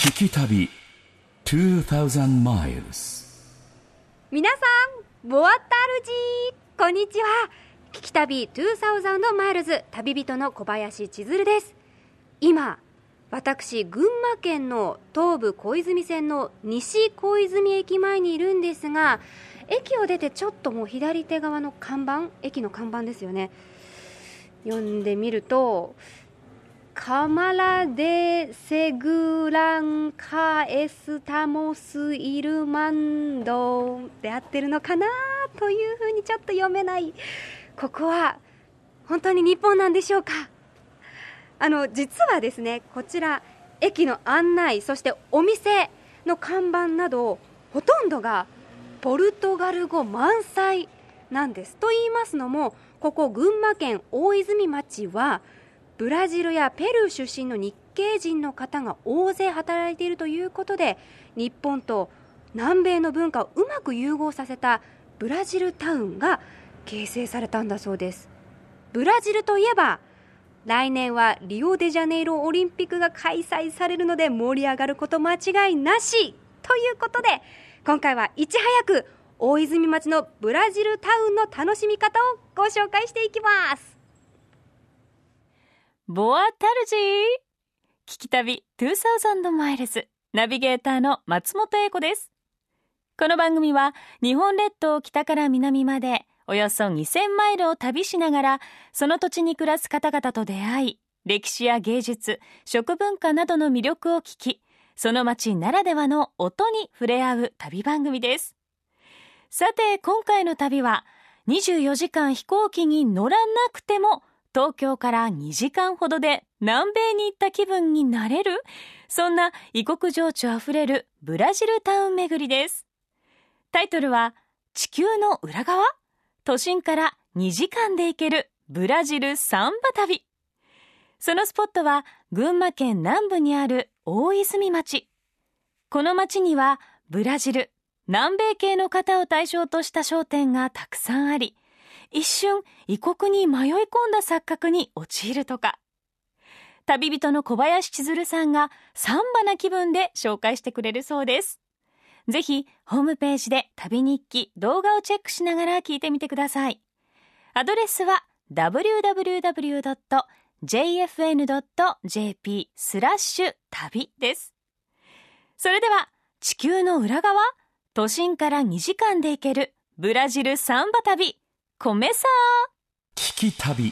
聞き旅2000 miles。 皆さんボアタルジー、こんにちは。聞き旅2000マイルズ、旅人の小林千鶴です。今私群馬県の東武小泉線の西小泉駅前にいるんですが、駅を出てちょっともう左手側の看板、駅の看板ですよね、読んでみるとカマラデセグランカエスタモスイルマンドで合ってるのかなというふうにちょっと読めない。ここは本当に日本なんでしょうか。実はですね、こちら駅の案内、そしてお店の看板などほとんどがポルトガル語満載なんです。と言いますのも、ここ群馬県大泉町はブラジルやペルー出身の日系人の方が大勢働いているということで、日本と南米の文化をうまく融合させたブラジルタウンが形成されたんだそうです。ブラジルといえば来年はリオデジャネイロオリンピックが開催されるので盛り上がること間違いなしということで、今回はいち早く大泉町のブラジルタウンの楽しみ方をご紹介していきます。 ボアタルジー、聞き旅2000マイルズ、ナビゲーターの松本英子です。この番組は日本列島を北から南までおよそ2000マイルを旅しながら、その土地に暮らす方々と出会い、歴史や芸術、食文化などの魅力を聞き、その街ならではの音に触れ合う旅番組です。さて、今回の旅は24時間飛行機に乗らなくても東京から2時間ほどで南米に行った気分になれる、そんな異国情緒あふれるブラジルタウン巡りです。タイトルは地球の裏側、都心から2時間で行けるブラジルサンバ旅。そのスポットは群馬県南部にある大泉町。この町にはブラジル、南米系の方を対象とした商店がたくさんあり、一瞬異国に迷い込んだ錯覚に陥るとか。旅人の小林千鶴さんがサンバな気分で紹介してくれるそうです。ぜひホームページで旅日記、動画をチェックしながら聞いてみてください。アドレスは www.jfn.jp/旅 です。それでは地球の裏側、都心から2時間で行けるブラジルサンバ旅、コメサー。 聞き旅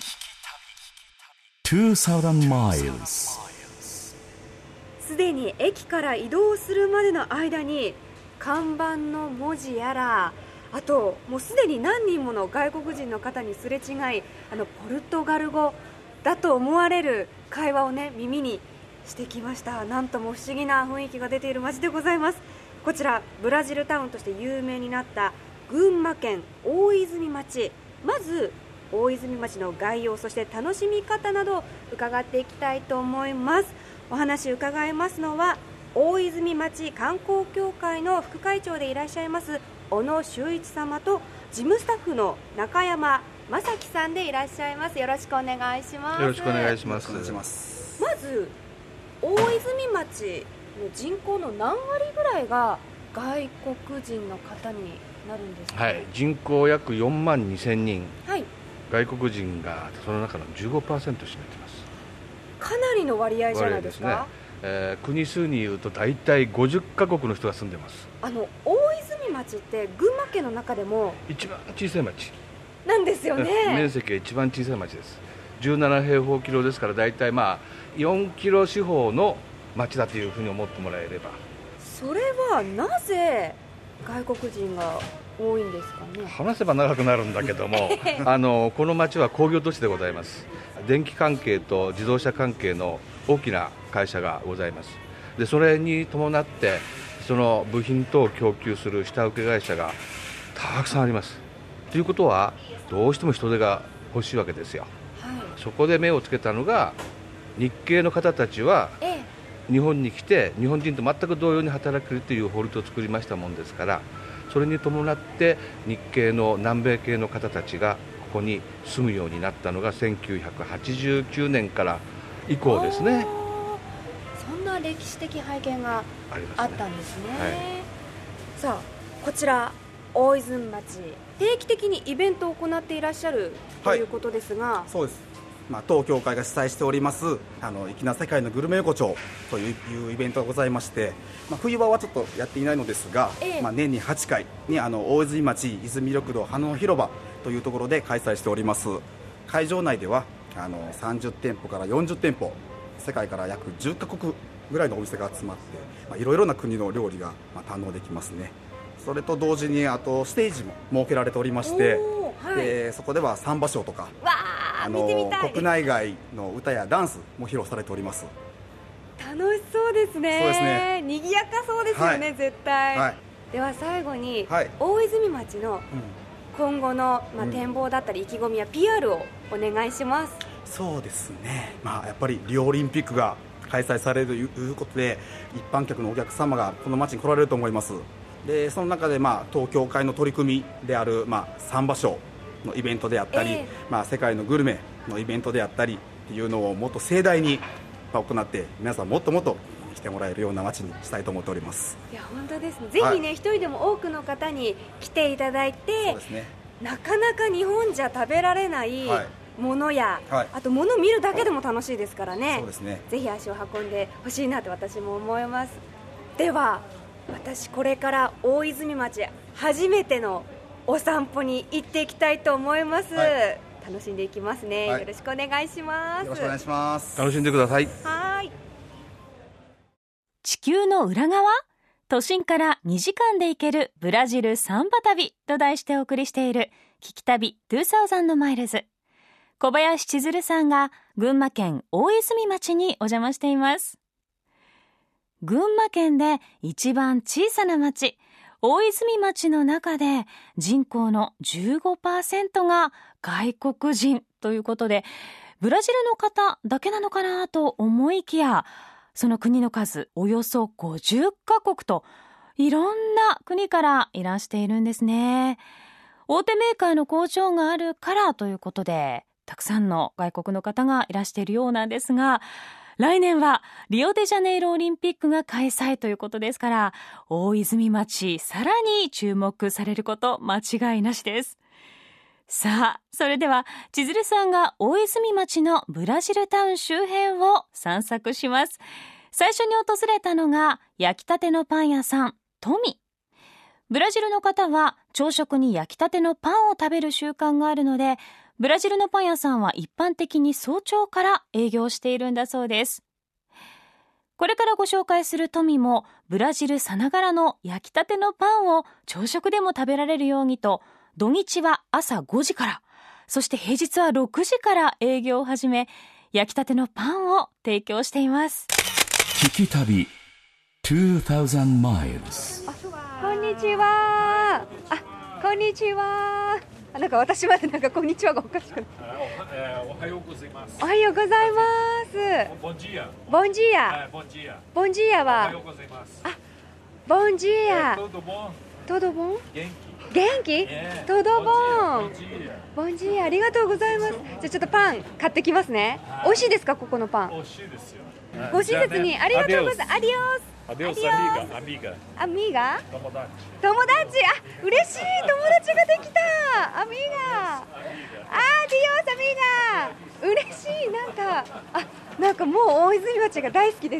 2000 miles。 すでに駅から移動するまでの間に看板の文字やら、あともうすでに何人もの外国人の方にすれ違い、ポルトガル語だと思われる会話をね、耳にしてきました。なんとも不思議な雰囲気が出ている街でございます。こちらブラジルタウンとして有名になった群馬県大泉町。まず大泉町の概要、そして楽しみ方など伺っていきたいと思います。お話伺いますのは大泉町観光協会の副会長でいらっしゃいます小野修一様と、事務スタッフの中山正樹さんでいらっしゃいます。よろしくお願いします。 よろしくお願いします。 まず大泉町の人口の何割ぐらいが外国人の方になるんですか？ はい、人口約4万2000人、 はい、 外国人がその中の 15% 占めてます。 かなりの割合じゃないですか？ 国数にいうと大体50カ国の人が住んでます。 大泉町って群馬県の中でも一番小さい町なんですよね。 面積が一番小さい町です。17平方キロですから、大体4キロ四方の町だというふうに思ってもらえれば。 それはなぜ外国人が多いんですかね？ 話せば長くなるんだけどもこの町は工業都市でございます。電気関係と自動車関係の大きな会社がございます。でそれに伴ってその部品等を供給する下請け会社がたくさんあります。ということはどうしても人手が欲しいわけですよ、はい、そこで目をつけたのが日系の方たちは日本に来て日本人と全く同様に働けるという法律を作りましたもんですから、それに伴って日系の南米系の方たちがここに住むようになったのが1989年から以降ですね。 そんな歴史的背景があったんですね。 はい、 さあこちら大泉町、定期的にイベントを行っていらっしゃるということですが、 そうです。当協会が主催しております粋な世界のグルメ横丁というイベントがございまして、冬場はちょっとやっていないのですが、年に8回に大泉町泉緑道花の広場というところで開催しております。会場内では30店舗から40店舗、世界から約10カ国ぐらいのお店が集まって、いろいろな国の料理が堪能できますね。それと同時にあとステージも設けられておりまして、でそこではサンバショーとか見てみたい。 国内外の歌やダンスも披露されております。 楽しそうですね。 そうですね。 賑やかそうですよね、絶対、では最後に、大泉町の今後の、展望だったり意気込みや PR をお願いします。 そうですね、やっぱりリオオリンピックが開催されるということで、一般客のお客様がこの町に来られると思います。でその中で、当協会の取り組みである、サンバショーのイベントであったり、世界のグルメのイベントであったりっていうのをもっと盛大に行って、皆さんもっともっと来てもらえるような街にしたいと思っております。 いや本当ですね。ぜひね、一人でも多くの方に来ていただいて、 そうですね、 なかなか日本じゃ食べられないものや、あと物を見るだけでも楽しいですからね。 そうですね。 ぜひ足を運んでほしいなと私も思います。では私これから大泉町初めてのお散歩に行っていきたいと思います。楽しんでいきますね、よろしくお願いします。 よろしくお願いします。 楽しんでください。 はい。 地球の裏側、都心から2時間で行けるブラジルサンバ旅と題してお送りしている聞き旅2000マイルズ。小林千鶴さんが群馬県大泉町にお邪魔しています。群馬県で一番小さな町、大泉町の中で人口の 15% が外国人ということで、ブラジルの方だけなのかなと思いきや、その国の数およそ50カ国と、いろんな国からいらしているんですね。大手メーカーの工場があるからということで、たくさんの外国の方がいらしているようなんですが、来年はリオデジャネイロオリンピックが開催ということですから、大泉町さらに注目されること間違いなしです。さあ、それでは千鶴さんが大泉町のブラジルタウン周辺を散策します。最初に訪れたのが焼きたてのパン屋さんトミ。ブラジルの方は朝食に焼きたてのパンを食べる習慣があるので、ブラジルのパン屋さんは一般的に早朝から営業しているんだそうです。これからご紹介するトミもブラジルさながらの焼きたてのパンを朝食でも食べられるようにと、土日は朝5時から、そして平日は6時から営業を始め、焼きたてのパンを提供しています。 聞き旅2000 miles。 こんにちは。こんにちは。なんか私までこんにちはがおかしくない。 おはようございます。 おはようございます。 ボンジーヤ。 ボンジーヤ。 ボンジーヤ。 ボンジーヤは。 おはようございます。 ボンジーヤ。 トドボン。 トドボン。 元気。 トドボン。 ボンジーヤ。 ボンジーヤ、ありがとうございます。じゃあちょっとパン買ってきますね。美味しいですか、ここのパン。 美味しいですよ。 ご親切にありがとうございます。アディオス。 アディオスアミーガ。 アミーガ。 友達。 嬉しい、友達ができた。アミーガ。アディオスアミーガ。嬉しい。なんかもう大泉町が大好きです。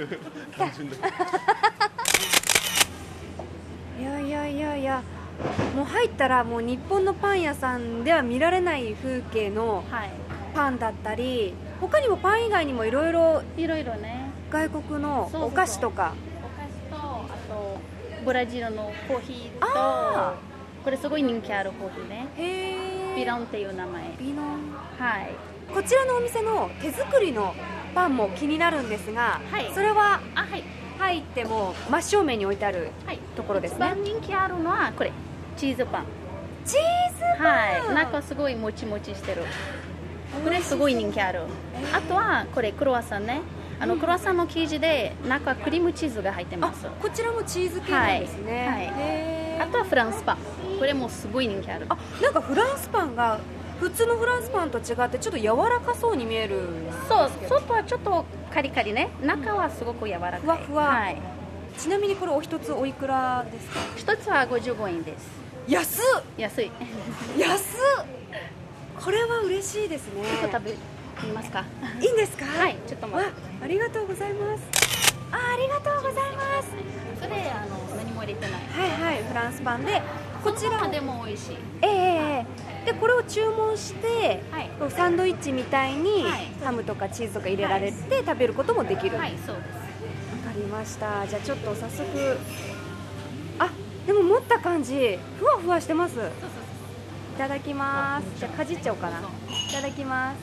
いや、もう入ったらもう日本のパン屋さんでは見られない風景のパンだったり、他にもパン以外にもいろいろね、 外国のお菓子とか、 あとブラジルのコーヒーと、これすごい人気あるコーヒーね。ビロンっていう名前。 ビロン。 はい。 こちらのお店の手作りのパンも気になるんですが、それは入っても真正面に置いてあるところですね。 一番人気あるのはこれチーズパン。 チーズパン。 中すごいもちもちしてる。これすごい人気ある。あとはこれクロワッサンね。クロワッサンの生地で中クリームチーズが入ってます。 こちらもチーズ系なんですね。 あとはフランスパン。これもすごい人気ある。 なんかフランスパンが普通のフランスパンと違ってちょっと柔らかそうに見えるんですけど。 そう、外はちょっとカリカリね、中はすごく柔らかい、 ふわふわ、 はい、 ちなみにこれお一つおいくらですか？ 一つは55円です。 安っ安い安っ、これは嬉しいですね。 ちょっと食べみますか？ いいんですか？ はい、ちょっと待って。 ありがとうございます。ありがとうございます。 それ何も入れてない。 はいはい、フランスパンでこちらでも美味しい。 でこれを注文して、 はい、 サンドイッチみたいに、 はい、 ハムとかチーズとか入れられて、食べることもできる。 はい、そうです。 わかりました。じゃあちょっと早速、あ、でも持った感じふわふわしてます。いただきます。じゃあかじっちゃおうかな。いただきます。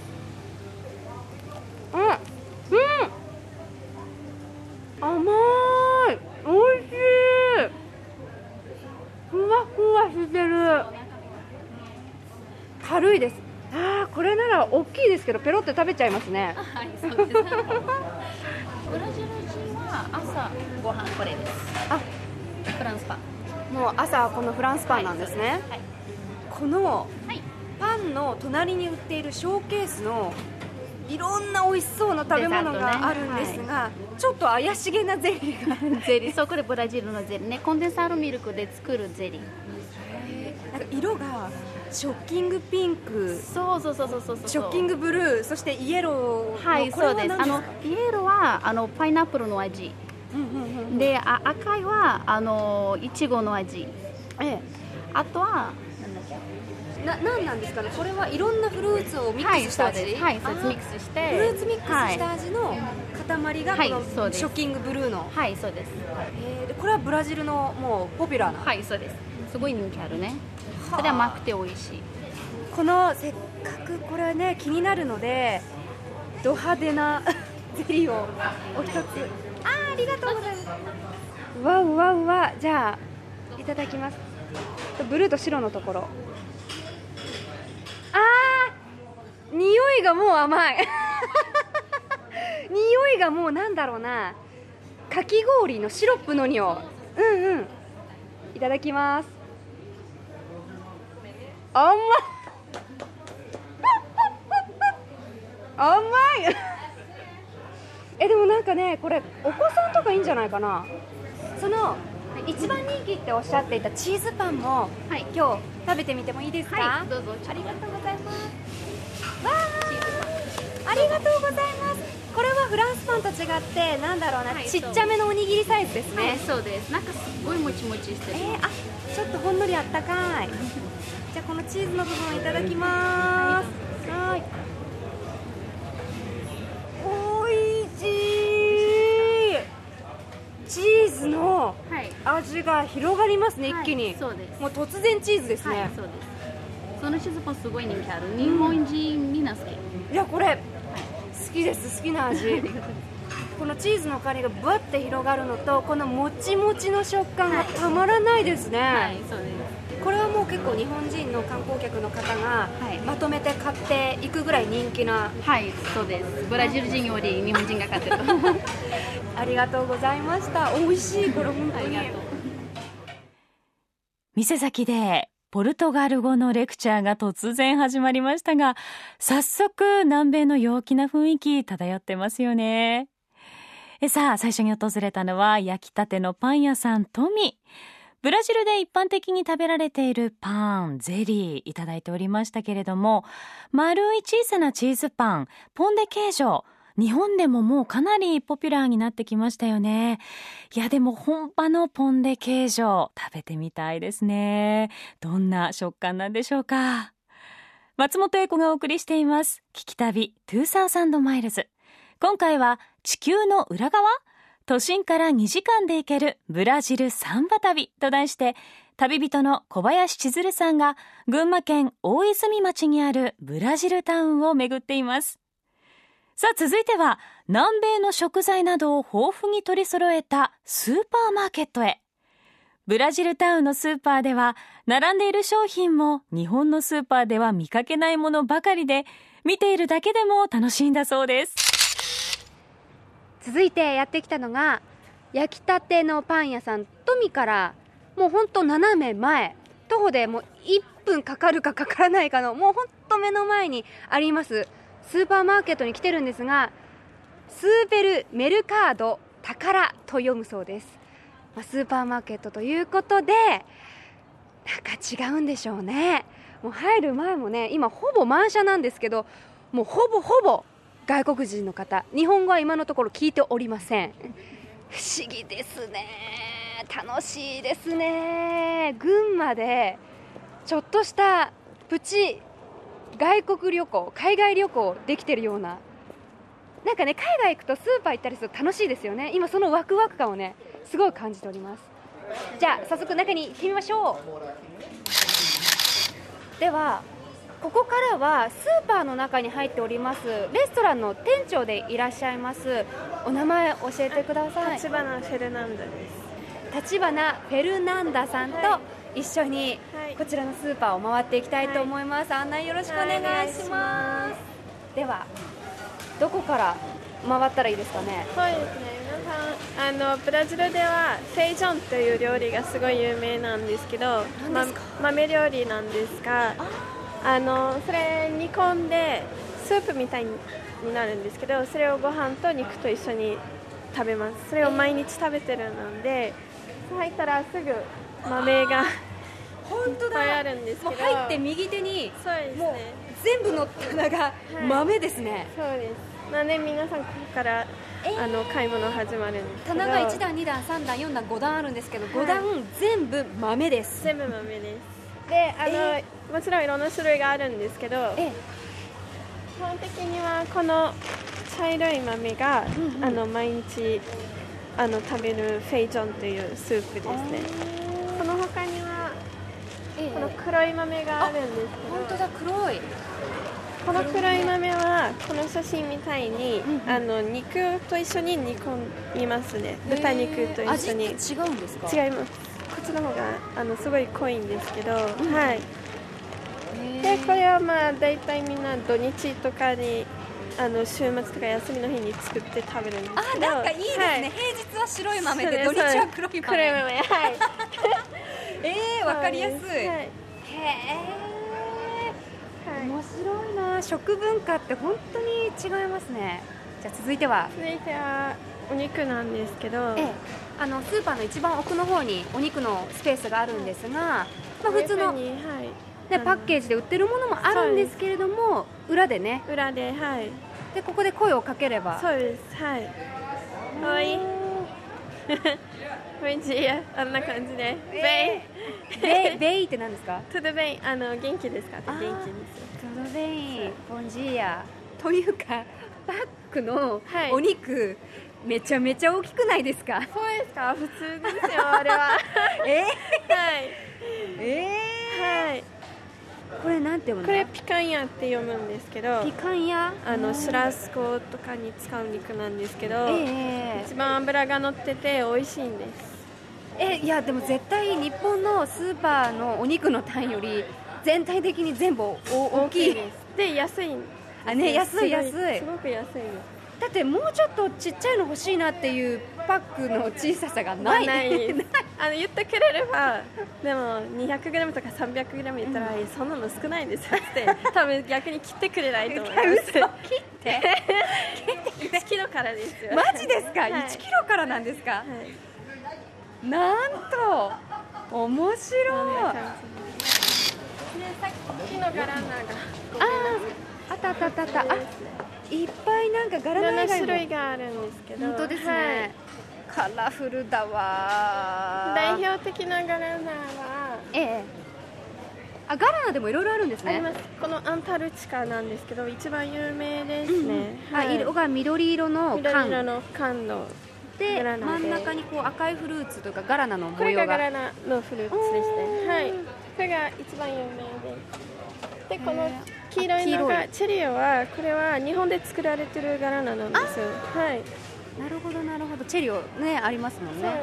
甘い、おいしい、ふわふわしてる、軽いです。これなら大きいですけどペロって食べちゃいますね。 はい、そうです。ブラジル人は朝ご飯これです。フランスパン。 もう朝このフランスパンなんですね。はい、このパンの隣に売っているショーケースのいろんな美味しそうな食べ物があるんですが、ちょっと怪しげなゼリーがゼリー、そう、これブラジルのゼリーね、コンデンサードミルクで作るゼリー。 なんか色がショッキングピンク、 そうショッキングブルー、そしてイエロー。 はい、そうです。イエローはパイナップルの味、で赤いはイチゴの味、あとは何なんですかね、これはいろんなフルーツをミックスした味。 はい、そうです。ミックスして、 フルーツミックスした味の塊がこのショッキングブルーの。 はい、そうです。 でこれはブラジルのもうポピュラーな。 はい、そうです。すごい人気あるね。それは甘くて美味しい。 このせっかくこれはね気になるので、ド派手なゼリーをお一つ。ありがとうございます。うわうわうわ、じゃあいただきます。ブルーと白のところ。匂いがもう甘い匂いがもうなんだろうな、かき氷のシロップの匂い。いただきます。甘い甘いでもなんかね、これお子さんとかいいんじゃないかな。その一番人気っておっしゃっていたチーズパンも、今日食べてみてもいいですか？ はい、どうぞ。 ありがとうございます。わー、ありがとうございます。これはフランスパンと違ってなんだろうな、ちっちゃめのおにぎりサイズですね。 はい、そうです。なんかすごいもちもちしてる。 ちょっとほんのりあったかいじゃあこのチーズの部分いただきます。はい、おいしい。チーズの味が広がりますね、一気に。 そうです。 もう突然チーズですね。 はい、そうです。そのチーズパンすごい人気ある。日本人みんな好き。 いやこれ、好きです。好きな味このチーズの香りがぶわって広がるのと、このもちもちの食感がたまらないですね。 はい、そうです。 これはもう結構日本人の観光客の方がまとめて買っていくぐらい人気な。 はい、そうです。ブラジル人より日本人が買ってるありがとうございました。美味しい、これ本当に。 店先でポルトガル語のレクチャーが突然始まりましたが、早速南米の陽気な雰囲気漂ってますよね。さあ、最初に訪れたのは焼きたてのパン屋さんトミ。ブラジルで一般的に食べられているパン、ゼリーいただいておりましたけれども、丸い小さなチーズパン、ポンデケージョ、日本でももうかなりポピュラーになってきましたよね。いやでも本場のポンデケージョ食べてみたいですね。どんな食感なんでしょうか。松本英子がお送りしています。聞き旅2000マイルズ。今回は地球の裏側、都心から2時間で行けるブラジルサンバ旅と題して、旅人の小林千鶴さんが群馬県大泉町にあるブラジルタウンを巡っています。さあ続いては南米の食材などを豊富に取り揃えたスーパーマーケットへ。ブラジルタウンのスーパーでは並んでいる商品も日本のスーパーでは見かけないものばかりで、見ているだけでも楽しいんだそうです。 続いてやってきたのが焼きたてのパン屋さんトミからもうほんと斜め前、徒歩でもう1分かかるかかからないかのもうほんと目の前にありますスーパーマーケットに来てるんですが、 スーペルメルカード宝と読むそうです。スーパーマーケットということでなんか違うんでしょうね。もう入る前もね、今ほぼ満車なんですけど、もうほぼ外国人の方、日本語は今のところ聞いておりません。不思議ですね、楽しいですね。群馬でちょっとしたプチ外国旅行、海外旅行できてるような、なんかね、海外行くとスーパー行ったりすると楽しいですよね。今そのワクワク感をねすごい感じております。じゃあ早速中に行ってみましょう。ではここからはスーパーの中に入っておりますレストランの店長でいらっしゃいます。お名前教えてください。 立花フェルナンダです。 立花フェルナンダさんと一緒にこちらのスーパーを回っていきたいと思います。案内よろしくお願いします。ではどこから回ったらいいですかね。 そうですね、皆さんブラジルではフェイジョンという料理がすごい有名なんですけど、豆料理なんですが、それ煮込んでスープみたいになるんですけど、それをご飯と肉と一緒に食べます。それを毎日食べてるので、入ったらすぐ豆が本当だ、 いっぱいあるんですけど、 もう入って右手にそうですね、 もう全部の棚が豆ですね。 そうです。なので皆さんここから買い物始まるんですけど、 棚が1段2段3段4段5段あるんですけど、5段全部豆です。 全部豆です。でもちろんいろんな種類があるんですけど、基本的にはこの茶色い豆が、毎日食べるフェイジョンというスープですね。その他には、この黒い豆があるんですけど、 本当だ、黒い。 この黒い豆はこの写真みたいに、肉と一緒に煮込みますね。豚肉と一緒に。 味って違うんですか？ 違います。こっちの方がすごい濃いんですけど、はい。でこれはだいたいみんな土日とかに週末とか休みの日に作って食べるんですけど、 なんかいいですね、はい、平日は白い豆で土日は黒い豆。 黒い豆、はい。 わかりやすい。 はい、へえ、面白いな。食文化って本当に違いますね。じゃあ続いてはお肉なんですけど、 スーパーの一番奥の方にお肉のスペースがあるんですが、普通の、パッケージで売ってるものもあるんですけれども、裏でね、 裏で、はい、 でここで声をかければ。 そうです、はい。おいこんにちは、あんな感じで、 ベイって何ですか？ トゥドベイ、元気ですか？元気です。 トゥドベイ、ボンジーヤというか、パックのお肉、めちゃめちゃ大きくないですか？ そうですか？普通ですよ、あれは。はい。 これなんて読むの？ これピカンヤって読むんですけど、 ピカンヤ、 シュラスコとかに使う肉なんですけど、一番脂が乗ってて美味しいんです。 いやでも絶対日本のスーパーのお肉の単より全体的に全部大きいです。 で安いんです。 ね、安い。 すごく安いです。 だってもうちょっとちっちゃいの欲しいなっていうパックの小ささがない。 言ってくれれば、でも 200g とか 300g 言ったら、そんなの少ないですって多分逆に切ってくれないと思います。 嘘、切って 1キロからですよ。 マジですか？はい、1キロからなんですか？はい、なんと面白い。 さっきのガラナが、 あった。いっぱいなんか柄の種類があるんですけど、 本当ですね、カラフルだわ。 代表的なガラナは、 ガラナでもいろいろあるんですね。 あります。このアンタルチカなんですけど、一番有名ですね。 色が緑色の缶ので、真ん中にこう赤いフルーツというかガラナの模様が。 これがガラナのフルーツですね。はい。これが一番有名で、この黄色いのがチェリオは、これは日本で作られてるガラナなんですよ。はい。 なるほど。チェリオね、ありますもんね。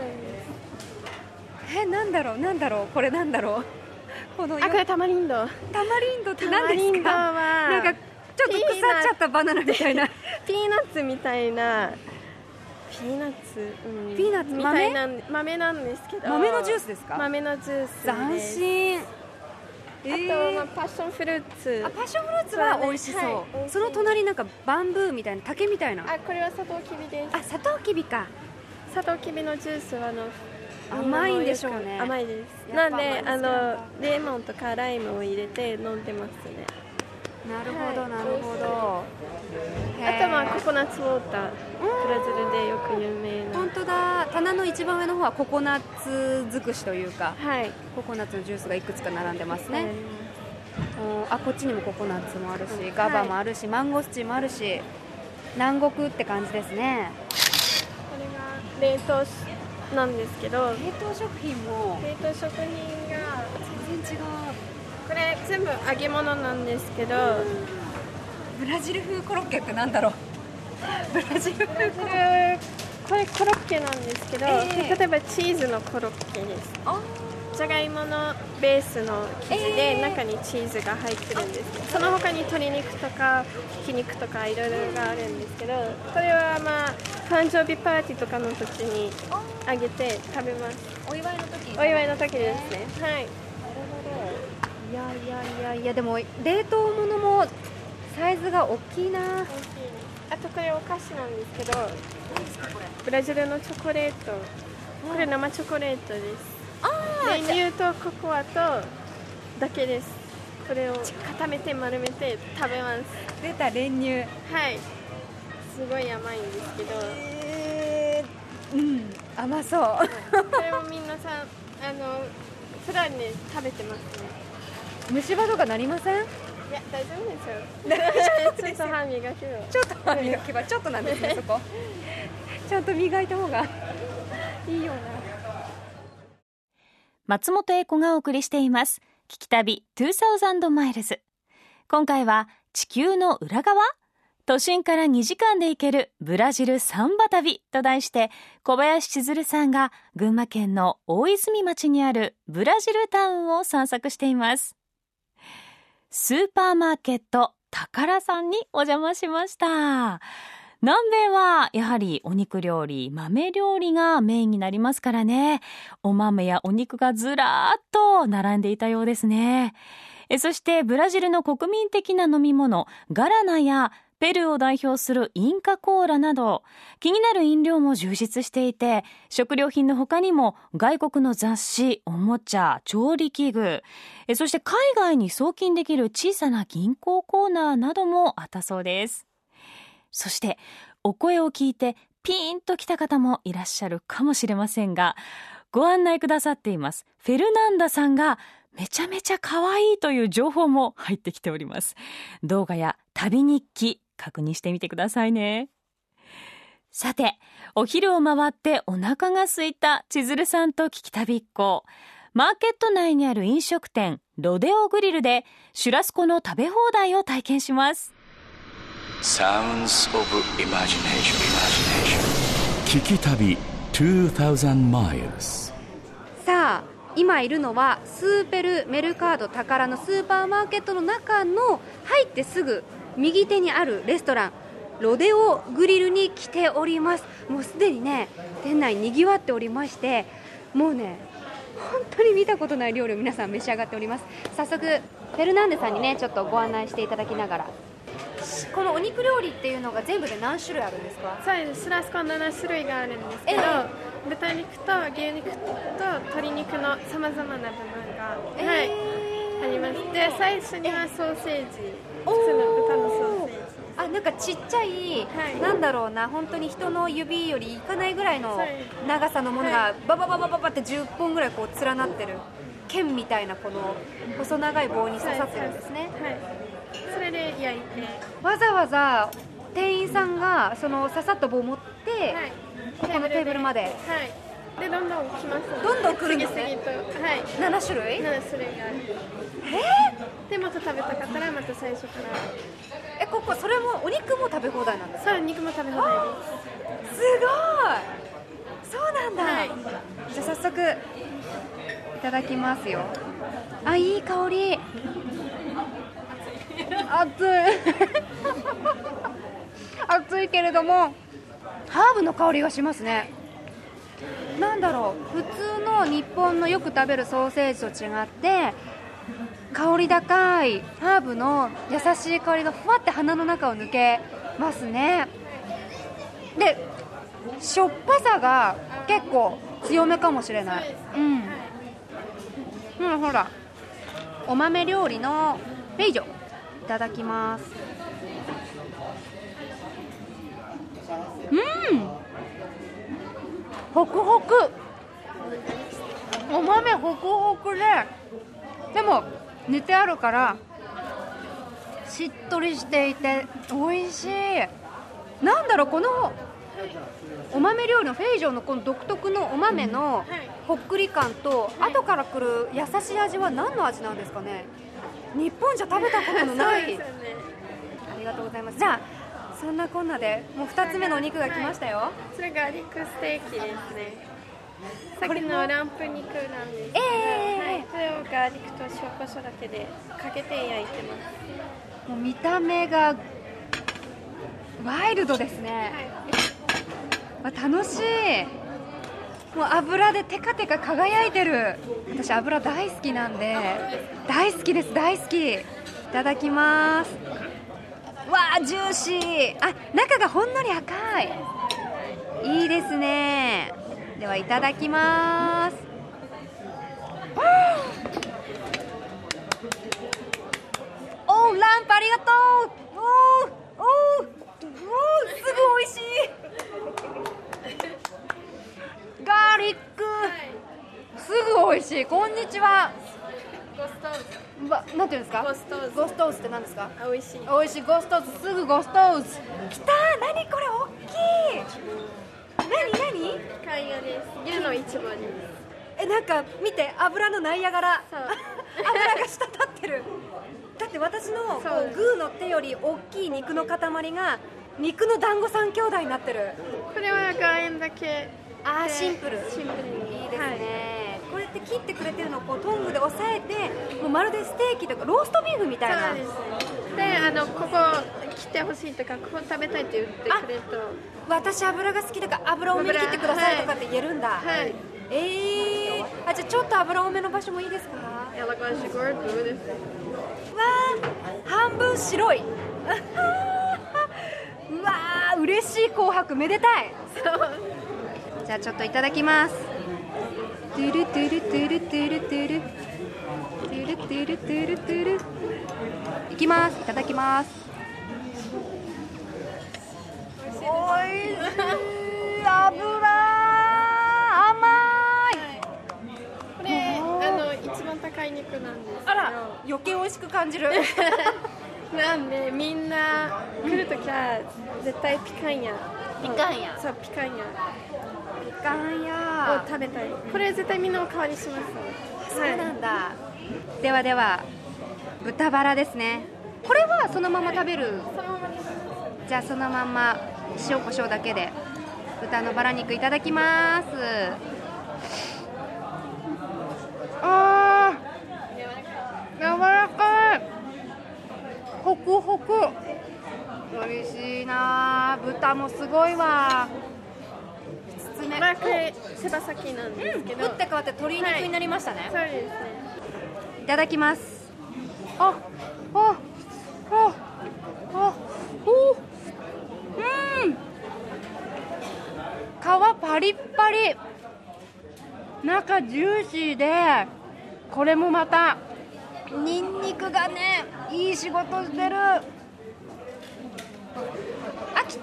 なんだろう、これなんだろう。これタマリンド。 タマリンドって何ですか？なんかちょっと腐っちゃったバナナみたいな。 ピーナッツみたいな。ピーナッツみたいな豆なんですけど。 豆のジュースですか？ 豆のジュースです。 斬新。 とはパッションフルーツ。 パッションフルーツは美味しそう、 はい、 その隣なんかバンブーみたいな竹みたいな。 これはサトウキビです。 サトウキビか。 サトウキビのジュースは甘いんでしょうね。 甘いです。なんでレモンとかライムを入れて飲んでますね。 なるほど、なるほど。 あとはココナッツウォーター、ブラジルでよく有名な。 本当だ、棚の一番上の方はココナッツ尽くしというか、 はい、 ココナッツのジュースがいくつか並んでますね。こっちにもココナッツもあるし、ガバもあるし、マンゴスチンもあるし、南国って感じですね。 これが冷凍なんですけど、 冷凍食品も冷凍食品が全然違う。 これ全部揚げ物なんですけど、 ブラジル風コロッケってなんだろう。ブラジル風コロッケ、 これコロッケなんですけど、例えばチーズのコロッケです。じゃがいものベースの生地で中にチーズが入ってるんです。その他に鶏肉とかひき肉とかいろいろがあるんですけど、これは誕生日パーティーとかの時にあげて食べます。 お祝いの時に。 お祝いの時ですね。はい。 いやでも冷凍物もサイズが大きいな。 あとこれお菓子なんですけど、何ですかこれ？ブラジルのチョコレート。これ生チョコレートです。練乳とココアとだけです。これを固めて丸めて食べます。 出た、練乳。 はい。すごい甘いんですけど。 甘そう。 これもみんなさ普段ね食べてますね。 虫歯とかなりません？いや、大丈夫ですよ。ちょっと歯磨けば。 ちょっと歯磨けば、ちょっとなんですね、そこ。ちゃんと磨いた方がいいよな。 松本英子がお送りしています。聞き旅2000マイルズ。今回は地球の裏側？都心から2時間で行けるブラジルサンバ旅と題して、小林千鶴さんが群馬県の大泉町にあるブラジルタウンを散策しています。スーパーマーケット宝さんにお邪魔しました。南米はやはりお肉料理、豆料理がメインになりますからね。お豆やお肉がずらーっと並んでいたようですね。そしてブラジルの国民的な飲み物、ガラナやペルーを代表するインカコーラなど、気になる飲料も充実していて、食料品の他にも外国の雑誌、おもちゃ、調理器具、そして海外に送金できる小さな銀行コーナーなどもあったそうです。そしてお声を聞いてピーンと来た方もいらっしゃるかもしれませんが、ご案内くださっていますフェルナンダさんがめちゃめちゃ可愛いという情報も入ってきております。動画や旅日記確認してみてくださいね。さて、お昼を回ってお腹が空いた千鶴さんと聞き旅っ子。マーケット内にある飲食店ロデオグリルでシュラスコの食べ放題を体験します。 Sounds of Imagination 聞き旅2000 miles。 さあ、今いるのはスーペルメルカード宝のスーパーマーケットの中の入ってすぐ右手にあるレストランロデオグリルに来ております。もうすでにね、店内にぎわっておりまして、もうね、本当に見たことない料理を皆さん召し上がっております。早速フェルナンデさんにね、ちょっとご案内していただきながら、このお肉料理っていうのが全部で何種類あるんですか？ そうです。シュラスコ7種類があるんですけど、豚肉と牛肉と鶏肉のさまざまな部分が、あります。で、最初にはソーセージ、普通の豚のソーセージ。 なんかちっちゃい、なんだろうな、本当に人の指よりいかないぐらいの長さのものがババババババって10本ぐらいこう連なってる剣みたいなこの細長い棒に刺さってるんですね。 それで焼いて、 わざわざ店員さんがその刺さった棒を持って、ここのテーブルまで、 でどんどん来ます。 どんどん来るんですね。 次々と、 7種類？ 7種類がある。でまた食べたかったらまた最初から。 ここそれもお肉も食べ放題なんですか？ そう、肉も食べ放題です。 すごい。そうなんだ。じゃあ早速いただきますよ。いい香り。熱い熱いけれどもハーブの香りがしますね。なんだろう、普通の日本のよく食べるソーセージと違って香り高いハーブの優しい香りがふわって鼻の中を抜けますね。でしょっぱさが結構強めかもしれない。ほらお豆料理のフェイジョいただきます。ホクホク、お豆ホクホクでも煮てあるからしっとりしていて美味しい。なんだろう、このお豆料理のフェイジョンのこの独特のお豆のほっくり感と後から来る優しい味は何の味なんですかね。日本じゃ食べたことのないありがとうございます。じゃあそんなこんなでもう2つ目のお肉が来ましたよ。 それガーリックステーキですね。さっきのランプ肉なんですけど、それをガーリックと塩コショウだけでかけて焼いてます。 もう見た目がワイルドですね。楽しい。もう油でテカテカ輝いてる。私油大好きなんで、大好きです、大好き。いただきます。わージューシー。中がほんのり赤い。いいですね。ではいただきます。おーランプありがとう。おーすぐ美味しい。ガーリック、すぐ美味しい。こんにちは。 ゴストーズ。 なんていうんですか。 ゴストーズ。 ゴストーズって何ですか。 美味しい。 美味しい。ゴストーズ、すぐゴストーズ。きたー。何これ大きい。何？ ピカイアです。牛のイチボです。 なんか見て、油のナイアガラ。 そう油が滴ってる。だって私のこうグーの手より大きい肉の塊が肉の団子三兄弟になってる。 これは岩塩だけ。 シンプルにいいですね。これって切ってくれてるのをこうトングで押さえて、もうまるでステーキとかローストビーフみたいな。 そうですね。でここ切ってほしいとか、ここ食べたいって言ってくれると、 私油が好きだから油多めに切ってくださいとかって言えるんだ。 はい。 じゃあちょっと油多めの場所もいいですか。 Ja, like als je hoort, doe het. 半分白い。うわー嬉しい。紅白めでたい。じゃあちょっといただきます。トゥルトゥルトゥルトゥルトゥルトゥルトゥルトゥルトゥルいきます。いただきます。おいしい。油甘い。 これ一番高い肉なんですけど。 あら、余計美味しく感じる。 なんでみんな来るときは絶対ピカンヤ。 ピカンヤ。 そう、ピカンヤ。 ピカンヤを食べたい。これ絶対みんなおかわりします。 そうなんだ。ではでは豚バラですね。これはそのまま食べる。 そのままです。 じゃあそのまま塩コショウだけで豚のバラ肉いただきます。柔らかい。ホクホク。美味しいな。豚もすごいわ。きつね。 これ手羽先なんですけど、 打って変わって鶏肉になりましたね。 そうですね。 いただきます。皮パリッパリ、中ジューシーで、これもまたニンニクがねいい仕事してる。待って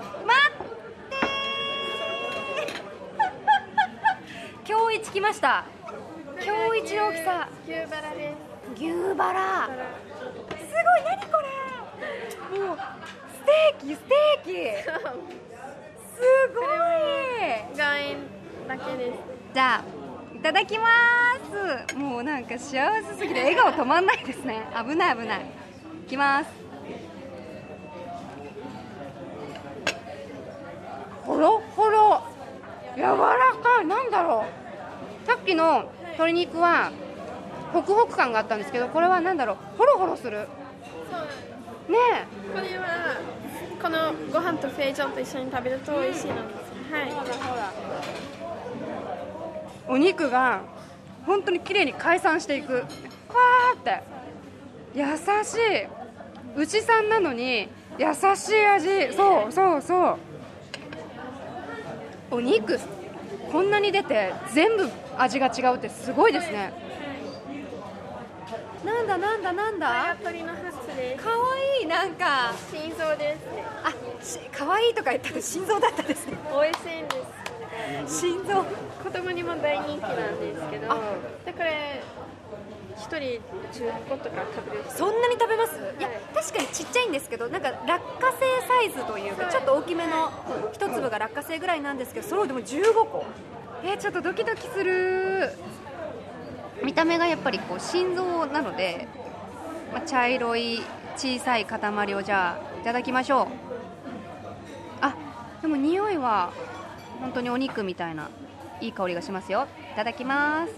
今日一来ました。今日一の大きさ。 牛バラです。 牛バラ。すごい。何これ。もうステーキ。すごい。 岩塩だけです。 じゃあいただきます。もうなんか幸せすぎて笑顔止まんないですね。危ない。いきます。ほろほろ、柔らかい。なんだろう、さっきの鶏肉はホクホク感があったんですけど、これはなんだろう、ホロホロするね。 これはこのご飯とフェイジョンと一緒に食べると美味しいなんです。はい。 ほらお肉が本当に綺麗に解散していく。わーって優しい。牛さんなのに優しい味。そうそうそう。お肉こんなに出て全部味が違うってすごいですね。なんだなんだなんだ。 鶏のハツです。 かわいい。なんか心臓ですね。 かわいいとか言ったら心臓だったですね。 美味しいんです。 心臓子供にも大人気なんですけど、でこれ1人10個とか食べる。 そんなに食べます？いや、確かにちっちゃいんですけど、なんか落花生サイズというかちょっと大きめの一粒が落花生ぐらいなんですけど、それをでも15個。ちょっとドキドキする。見た目がやっぱりこう心臓なので、茶色い小さい塊をじゃあいただきましょう。でも匂いは本当にお肉みたいないい香りがしますよ。いただきます。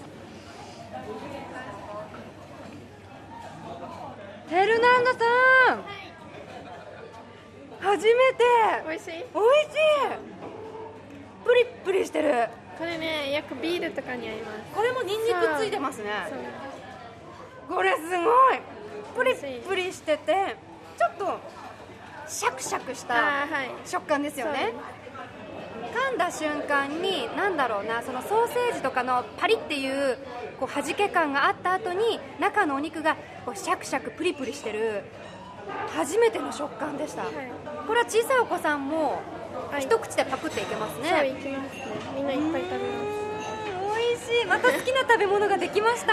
フェルナンドさん、初めて。 美味しい？ 美味しい。プリップリしてる。 これね、よくビールとかに合います。 これもニンニクついてますね。これすごいプリップリしてて、ちょっとシャクシャクした食感ですよね。噛んだ瞬間になんだろうな、そのソーセージとかのパリっていうこう弾け感があった後に中のお肉がこうシャクシャクプリプリしてる初めての食感でした。これは小さいお子さんも一口でパクっていけますね。 そういけますね。みんないっぱい食べます。 美味しい。また好きな食べ物ができました。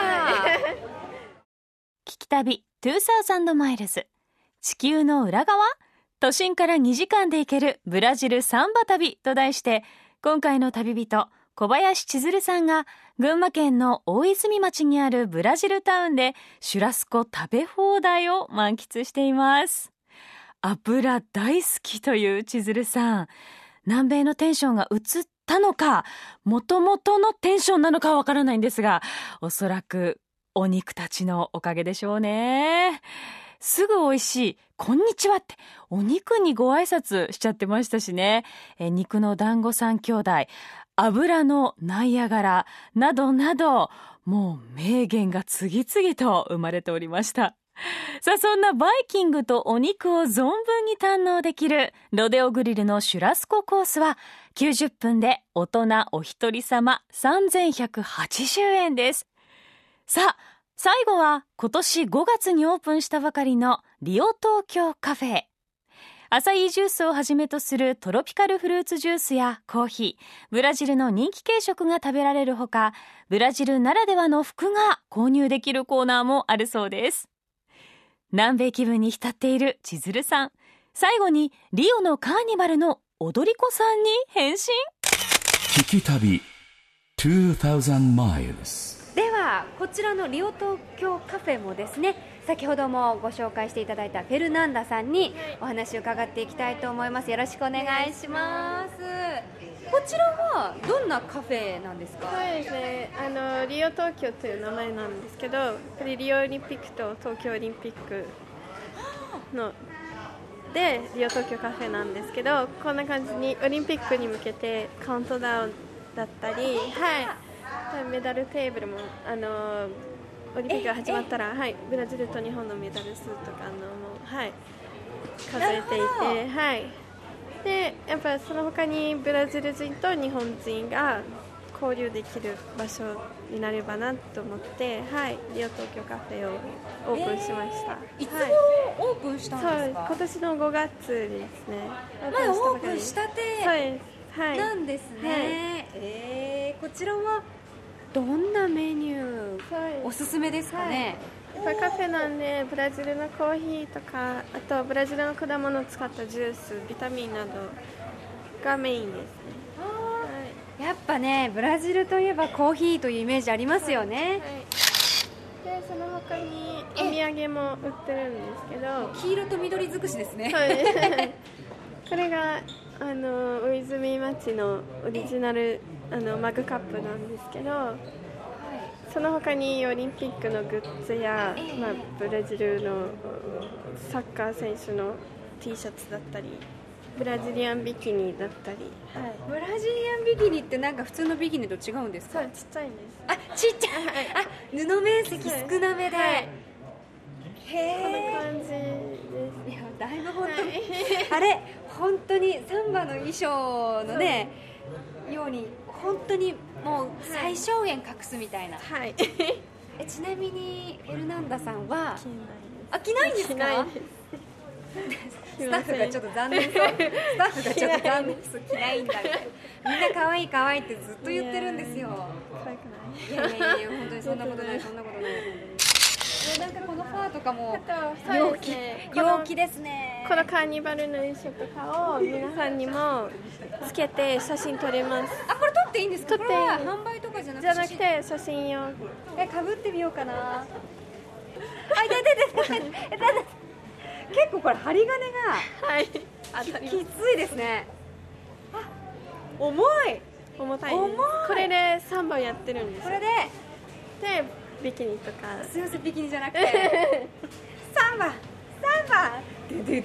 聞き旅2000マイルズ、地球の裏側、都心から2時間で行けるブラジルサンバ旅と題して、今回の旅人小林千鶴さんが群馬県の大泉町にあるブラジルタウンでシュラスコ食べ放題を満喫しています。油大好きという千鶴さん、南米のテンションが移ったのか、元々のテンションなのかはわからないんですが、おそらくお肉たちのおかげでしょうね。すぐ美味しいこんにちはってお肉にご挨拶しちゃってましたしね。肉の団子三兄弟、油のナイアガラなどなど、もう名言が次々と生まれておりました。さあ、そんなバイキングとお肉を存分に堪能できるロデオグリルのシュラスココースは90分で大人お一人様3180円です。さあ、最後は今年5月にオープンしたばかりのリオ東京カフェ。アサイージュースをはじめとするトロピカルフルーツジュースやコーヒー、ブラジルの人気軽食が食べられるほか、ブラジルならではの服が購入できるコーナーもあるそうです。南米気分に浸っている千鶴さん、最後にリオのカーニバルの踊り子さんに変身。 聞き旅2000 miles。 ではこちらのリオ東京カフェもですね、先ほどもご紹介していただいたフェルナンダさんにお話を伺っていきたいと思います。よろしくお願いします。こちらはどんなカフェなんですか？ そうですね、リオ東京という名前なんですけど、やっぱりリオオリンピックと東京オリンピックのでリオ東京カフェなんですけど、こんな感じにオリンピックに向けてカウントダウンだったり、メダルテーブルもオリンピックが始まったら、ブラジルと日本のメダル数とか数えていて、でやっぱりその他にブラジル人と日本人が交流できる場所になればなと思って、リオ東京カフェをオープンしました。 いつもオープンしたんですか？ 今年の5月ですね。 まだオープンしたてなんですね。こちらはどんなメニューおすすめですかね？ やっぱりカフェなんでブラジルのコーヒーとか、あとブラジルの果物を使ったジュース、ビタミンなどがメインですね。 やっぱね、ブラジルといえばコーヒーというイメージありますよね。 でその他にお土産も売ってるんですけど、 黄色と緑尽くしですね。 これが大泉町のオリジナルマグカップなんですけど、その他にオリンピックのグッズや、ブラジルのサッカー選手の T シャツだったり、ブラジリアンビキニだったり、 ブラジリアンビキニってなんか普通のビキニと違うんですか？ そう、ちっちゃいんです。 ちっちゃい。布面積少なめで、 感じです。 いやだいぶ本当に、あれ本当にサンバの衣装のねように本当にもう最小限隠すみたいな。 はい。 ちなみにフェルナンダさんは着ないです。 着ないんですか？スタッフがちょっと残念そう。スタッフがちょっと残念そう。着ないんだみたいな。みんな可愛い可愛いってずっと言ってるんですよ。 可愛くいやいやいや本当にそんなことないそんなことない。なんかこのファーとかも陽気ですね。 このカーニバルの衣装とかを皆さんにもつけて写真撮れます。 あ、これ撮っていいんですか？ 撮っていい。 これは販売とかじゃなくて写真用。 かぶってみようかな。あ、痛い結構これ針金がはい。 きついですね。あ、重い重たいです。これで3本やってるんです。 これでビキニとか。 すいません、ビキニじゃなくてサンバで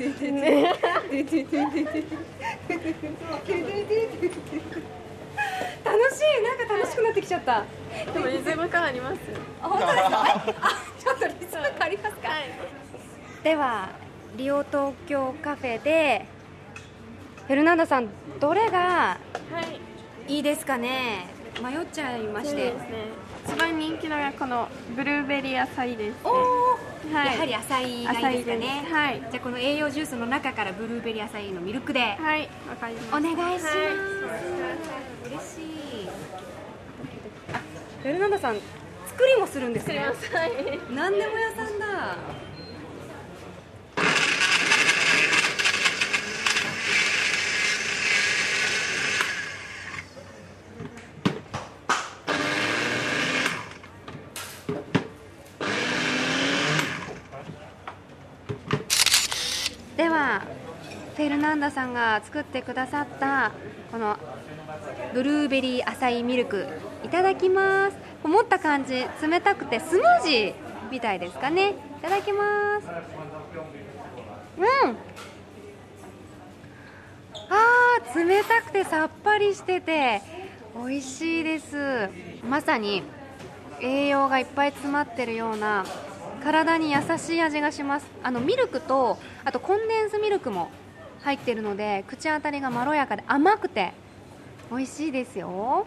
楽しい、なんか楽しくなってきちゃった。 でもリズム感あります。 あ、本当ですか？あ、ちょっとリズム感ありますか？ はい。 ではリオ東京カフェでフェルナンダさんどれがいいですかね？迷っちゃいまして。 そうですね。一番人気のがこのブルーベリーアサイですね。 おー、はい、やはりアサイがいいですかね。 はい。 じゃあこの栄養ジュースの中からブルーベリーアサイのミルクで、 はい、わかります。 お願いします。 はい、 嬉しい。あ、フェルナンダさん作りもするんですね。 はい。 何でも屋さんだ。ではフェルナンダさんが作ってくださったこのブルーベリーアサイミルクいただきます。持った感じ冷たくてスムージーみたいですかね。いただきます。冷たくてさっぱりしてて美味しいです。まさに栄養がいっぱい詰まってるような体に優しい味がします。ミルクとあとコンデンスミルクも入ってるので口当たりがまろやかで甘くて美味しいですよ。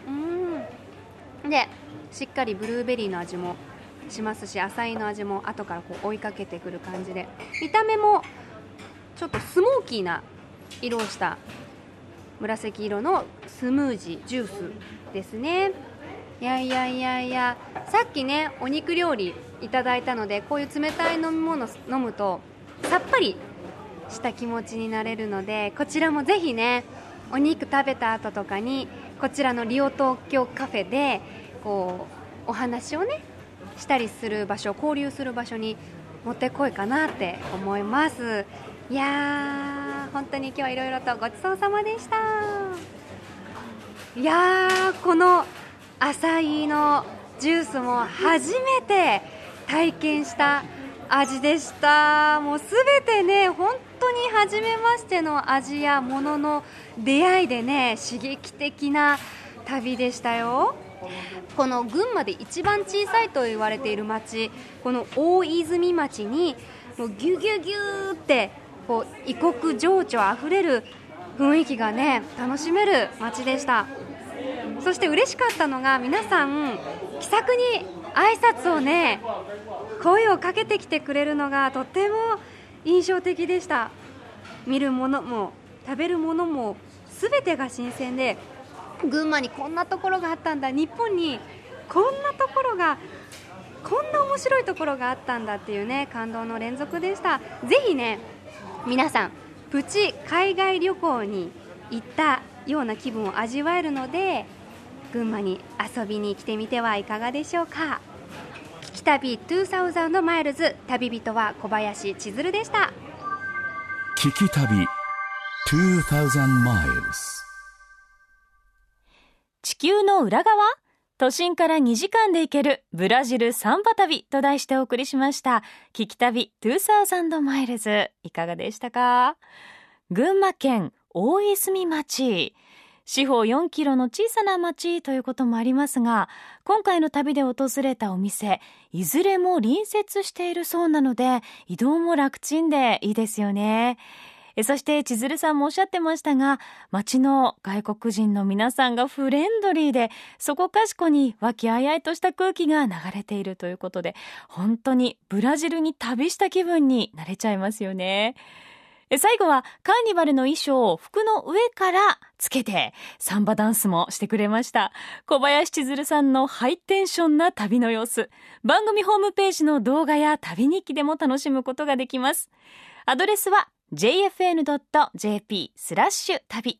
でしっかりブルーベリーの味もしますし、アサイの味も後からこう追いかけてくる感じで、見た目もちょっとスモーキーな色をした紫色のスムージージュースですね。いやさっきねお肉料理いただいたので、こういう冷たい飲み物飲むとさっぱりした気持ちになれるので、こちらもぜひねお肉食べた後とかにこちらのリオ東京カフェでこうお話をねしたりする場所、交流する場所に持ってこいかなって思います。いやー本当に今日はいろいろとごちそうさまでした。いやーこのアサイのジュースも初めて体験した味でした。もうすべてね本当に初めましての味やものの出会いでね刺激的な旅でしたよ。この群馬で一番小さいと言われている町、この大泉町にもうギュギュギューってこう異国情緒あふれる雰囲気がね楽しめる町でした。そして嬉しかったのが皆さん気さくに挨拶をね声をかけてきてくれるのがとっても印象的でした。見るものも食べるものも全てが新鮮で、群馬にこんなところがあったんだ、日本にこんなところがこんな面白いところがあったんだっていうね感動の連続でした。ぜひね皆さんプチ海外旅行に行ったような気分を味わえるので、群馬に遊びに来てみてはいかがでしょうか。聞き旅2000マイルズ、旅人は小林千鶴でした。 聞き旅2000マイルズ。 地球の裏側、都心から2時間で行けるブラジルサンバ旅と題してお送りしました。聞き旅2000マイルズ、いかがでしたか？群馬県大泉町、 四方4キロの小さな町ということもありますが、今回の旅で訪れたお店、いずれも隣接しているそうなので、移動も楽ちんでいいですよね。そして千鶴さんもおっしゃってましたが、町の外国人の皆さんがフレンドリーで、そこかしこに和気あいあいとした空気が流れているということで、本当にブラジルに旅した気分になれちゃいますよね。最後はカーニバルの衣装を服の上からつけてサンバダンスもしてくれました。小林千鶴さんのハイテンションな旅の様子、番組ホームページの動画や旅日記でも楽しむことができます。アドレスは jfn.jp/旅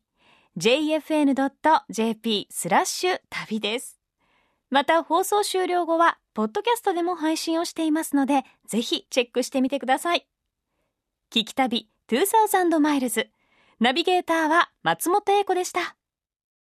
jfn.jp/旅 です。また放送終了後はポッドキャストでも配信をしていますので、ぜひチェックしてみてください。聞き旅2000マイルズ、ナビゲーターは松本英子でした。